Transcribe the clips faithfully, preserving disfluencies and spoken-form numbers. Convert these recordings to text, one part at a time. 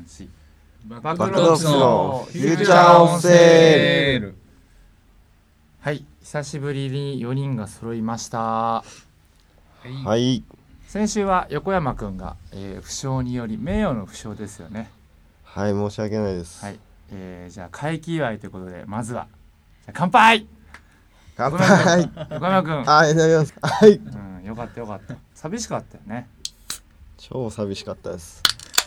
さんしババックドロップスのフューチャーオンセール。 はい、久しぶりによにんが揃いました。はい、はい、 先週は横山くんが、えー、負傷により名誉の負傷ですよね。 はい、申し訳ないです。 はい、えー、じゃあ会期祝いということでまずはじゃあ乾杯。 乾杯。 横山くん。 はい、いただきます。はい、 うん、よかったよかった。寂しかったよね。 超寂しかったです。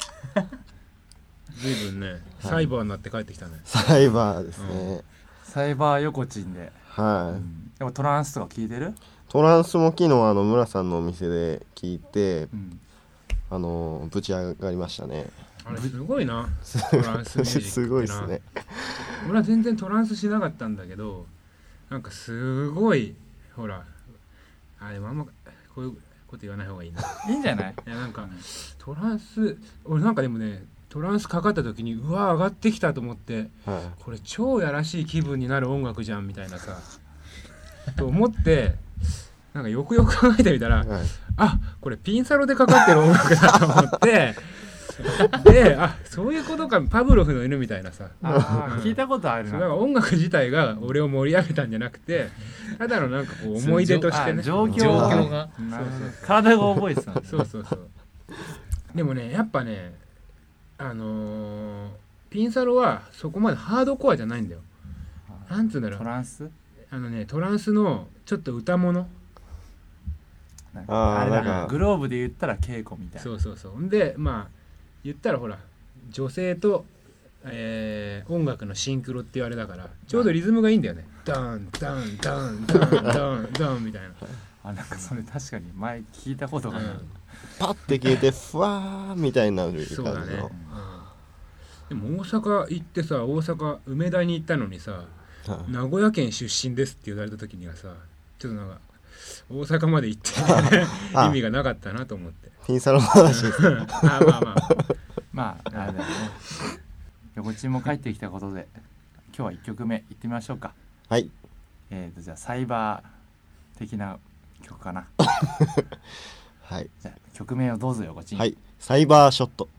ずいぶんね、サイバーになって帰ってきたね。 サイバーですね、うん、 サイバー横チンで。 はい、 うん、でもトランスとか聞いてる？ トランスも昨日あの村さんのお店で聞いて、うん、あのぶち上がりましたね。 あれすごいなトランスミュージックってな。 すごいですね。 俺は全然トランスしなかったんだけど、なんかすごいほらあれあんまこういうこと言わない方がいいな。 いいんじゃない？ いやなんかトランス俺なんかでもねトランスかかった時にうわ上がってきたと思って、はい、これ超やらしい気分になる音楽じゃんみたいなさと思ってなんかよくよく考えてみたら、はい、あこれピンサロでかかってる音楽だと思ってであそういうことかパブロフの犬みたいなさあ、うん、聞いたことあるな。 なんか音楽自体が俺を盛り上げたんじゃなくてただのなんかこう思い出としてね状況が、 状況が体が覚えてた。 そうそうそうでもねやっぱねあのー、ピンサロはそこまでハードコアじゃないんだよ。なんつうんだろうトランスあのねトランスのちょっと歌物なんかあれだなグローブで言ったら稽古みたいな。 そうそうそうでまあ言ったらほら女性と、えー、音楽のシンクロっていうあれだからちょうどリズムがいいんだよね。ダンダンダンダンダンダンみたいな。 あなんかそれ確かに前聞いたことがない、うん、 パッて消えてふわーみたいになる感じの。 そうだね、うん、でも大阪行ってさ大阪梅田に行ったのにさ、はい、名古屋県出身ですって言われた時にはさちょっとなんか大阪まで行って、ね、意味がなかったなと思ってピンサロの話ですあまあまあまああれだよね。横地も帰ってきたことで今日はいっきょくめいってみましょうか。 はい、 えーとじゃあサイバー的な曲かなはい、 じゃあ曲名をどうぞ横地。 はい、サイバーショット。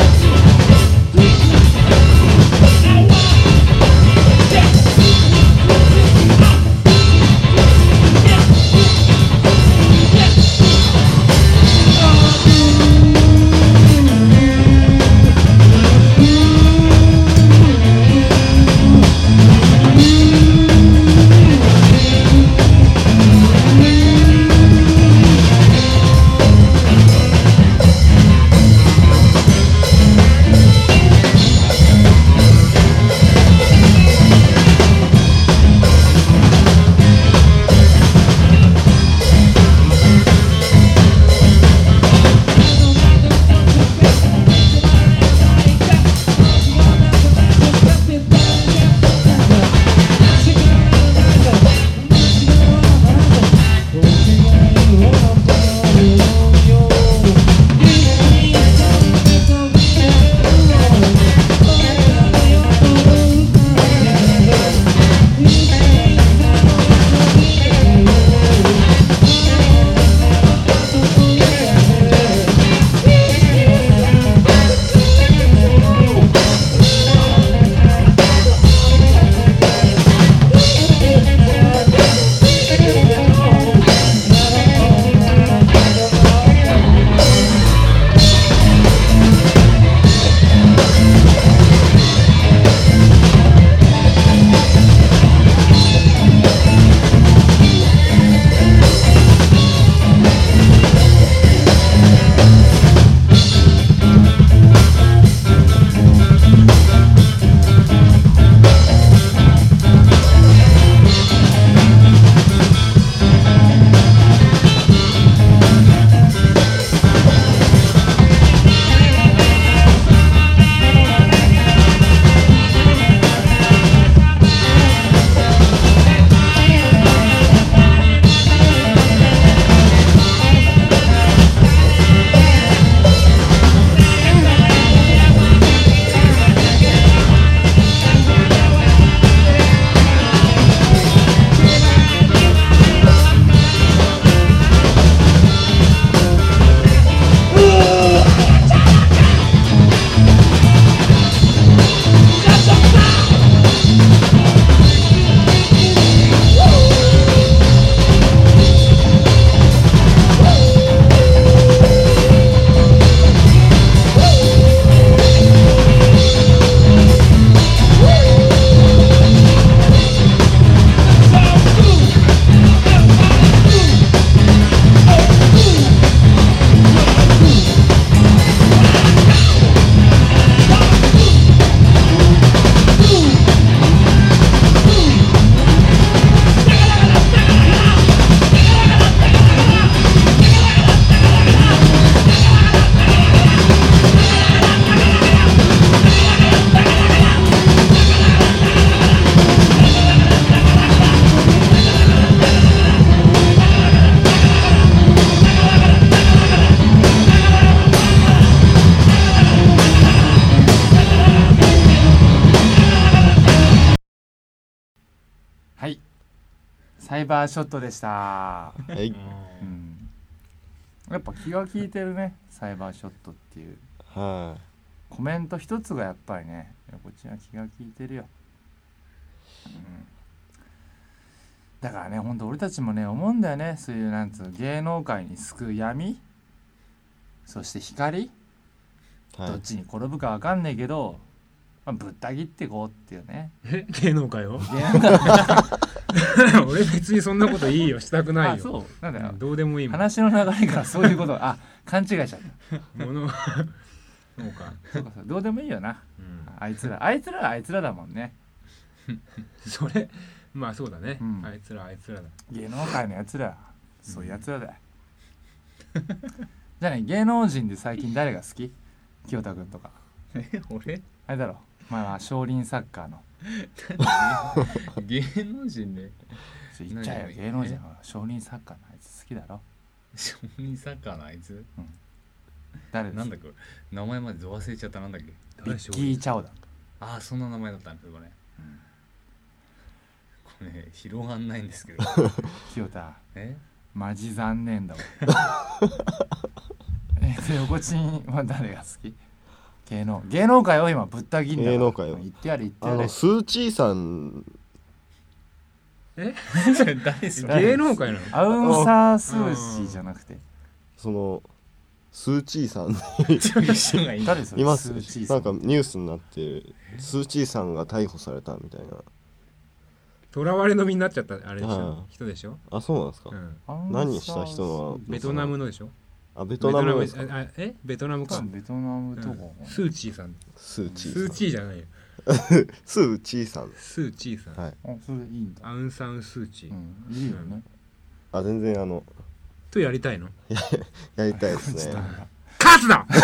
Yeah. サイバーショットでした。 はい、 うん、やっぱ気が利いてるねサイバーショットっていう、 はい、 コメント一つがやっぱりねこっちは気が利いてるよ、うん、だからねほんと俺たちもね思うんだよね、そういうなんつう芸能界に救う闇、そして光、はい、どっちに転ぶか分かんねえけど、まあ、ぶった切ってこうっていうね。 え芸能界を俺別にそんなこといいよしたくないよ。あそうなんだよ、うん、どうでもいいもん。 話の流れからそういうことあ勘違いしちゃったものそうかそうかそうどうでもいいよな、うん、あいつらあいつらはあいつらだもんねそれまあそうだね、うん、あいつらあいつらだ、 芸能界のやつらそういうやつらだよ、うん、じゃあね芸能人で最近誰が好き？清田君とか。 え俺あれだろまあ少林サッカーの芸能人で言っちゃえよ芸能人は少林サッカーのあいつ好きだろ。 少林サッカーのあいつ、うん、 誰なんだっけ名前までど忘れちゃった。なんだっけビッキー・チャオだ。 ああそんな名前だったんですよこれ、うん、これ、ね、広がんないんですけど清田えマジ残念だわえで横ちんは誰が好き？芸能芸能界を今ぶった切んだ。 芸能界を言ってやれ言ってやれ。 あのスーチーさんえ誰それ芸能界なの？ アウンサースーチーじゃなくてそのスーチーさん誰それ？ いますなんかニュースになってスーチーさんが逮捕されたみたいな。 囚われの身になっちゃったあれでしょ、人でしょ。 あそうなんですか、うん、何した人はベトナムのでしょ。 あベトナムですか。 あえベトナムか。 ベトナムとか、うん、 スーチーさん。 スーチースーチーじゃないよスーチーさん。 スーチーさん。 はい。 あそれいいんだ。 アウンサンスーチー、 うん、いいよね。 あ全然あのとやりたいの？ やりたいですね。 勝つだ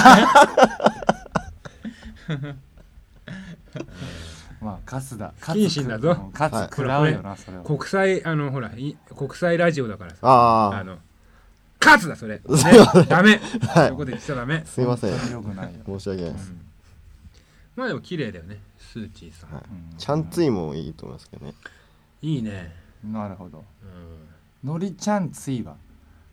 まあ勝つだ謹慎だぞ。 勝つ食らうよな、はい、それは国際あのほら国際ラジオだからさ。 ああの勝つだそれ、ね、ダメ、はい、そこで言っちゃダメ。 すいませんよくないよ申し訳ないです、うん、 まあでも綺麗だよねスーチーさん、 はい、ちゃんついもいいと思いますけどね。 いいね。 なるほど、うん、のりちゃんついは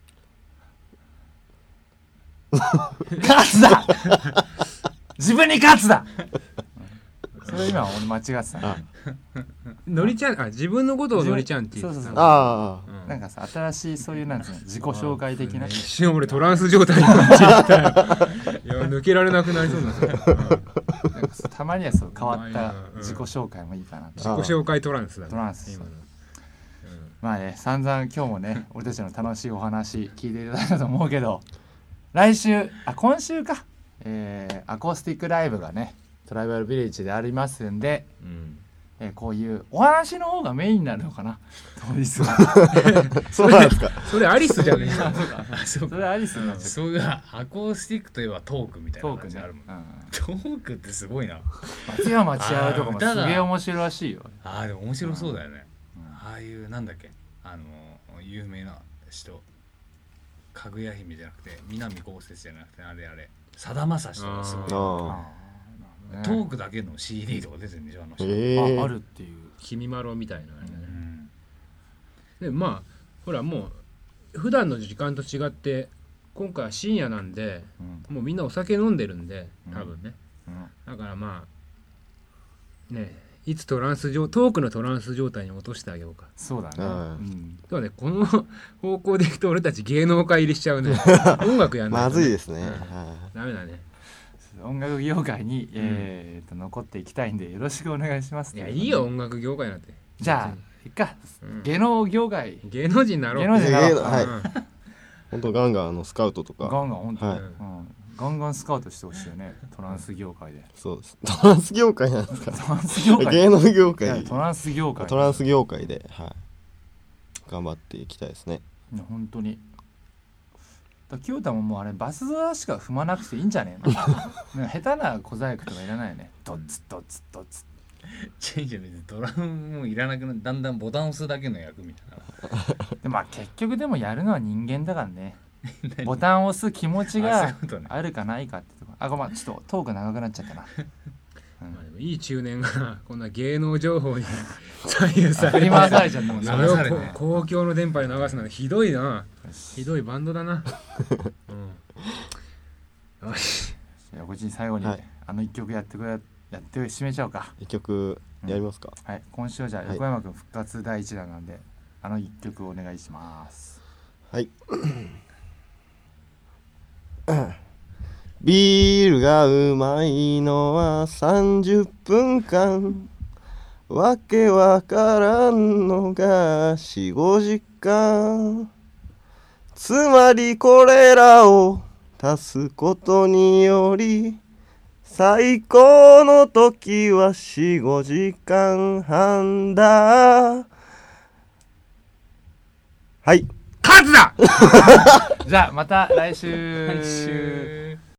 勝つだ自分に勝つだそれ今俺間違ってたのりちゃんあ自分のことをのりちゃんって言ってた。 そうそうそうああ、 うん、なんかさ新しいそういうなんつうの自己紹介的な、 一瞬俺トランス状態になっちゃったよいや抜けられなくなりそうなんですよ、うん、なんかたまにはそう変わった自己紹介もいいかな、うん、 自己紹介トランスだ、ね、 トランス今の、うん、 まあね散々今日もね俺たちの楽しいお話聞いていただいたと思うけど来週あ今週か、えー、アコースティックライブがねトライバルビレッジでありますんで、うんえー、こういうお話の方がメインになるのかな当日はそうなんですかそれアリスじゃねえかそれアリスになっちゃう。 それがアコースティックといえばトークみたいな感じあるもん、 ねうん、 トークってすごいな。 松山千春とかもすげえ面白いらしいよ。 ああでも面白そうだよね、うん、ああいうなんだっけあの有名な人かぐや姫じゃなくて南こうせつじゃなくてあれあれさだまさしとかすごいあトークだけの シーディー とか出てるんでしょあの人、 えー、あ, あるっていう君まろみたいなあれだね、うん、でまあほらもう普段の時間と違って今回は深夜なんで、うん、もうみんなお酒飲んでるんで多分ね、うんうん、だからまあねいつトランス状トークのトランス状態に落としてあげようか。 そうだね、うん、 そうねこの方向でいくと俺たち芸能界入りしちゃうね音楽やんないと、ね、 まずいですね、うん、 ダメだね。 音楽業界に、えー、と残っていきたいんでよろしくお願いします。 いやいいよ音楽業界なんて。 じゃあいっか、うん、芸能業界芸能人になろう。 芸能人になろう、 はい、本当ガンガンのスカウトとかガンガン本当、はいうん、ガンガンスカウトしてほしいよねトランス業界で。 そうですトランス業界なんですか。 トランス業界芸能業界トランス業界トランス業界で、はい、頑張っていきたいですね。 いや本当に清田ももうあれバスドアしか踏まなくていいんじゃねえの下手な小細工とかいらないよね。ドッツドツドツチェンジ別にドラムもいらなくなるだんだんボタン押すだけの役みたいなでまあ結局でもやるのは人間だからねボタンを押す気持ちがあるかないかってとこあごめんちょっとトーク長くなっちゃったな、 うん、まあでもいいい中年がこんな芸能情報に左右さ振りれて回されちゃったもんそねれをこ公共の電波で流すのはひどいな。ひどいバンドだな、うん、よしじゃあこっちに最後に、 はい、 あの一曲やってくれやって締めちゃおうか。 一曲やりますか、 うん、はい、今週はじゃあ横山くん復活第一弾なんで、はい、あの一曲お願いします。 はいビールがうまいのはさんじゅっぷんかん、わけわからんのがよん、ごじかん、つまりこれらを足すことにより最高の時はよん、ごじかんはんだ。はい、 カズだじゃあまた来週来週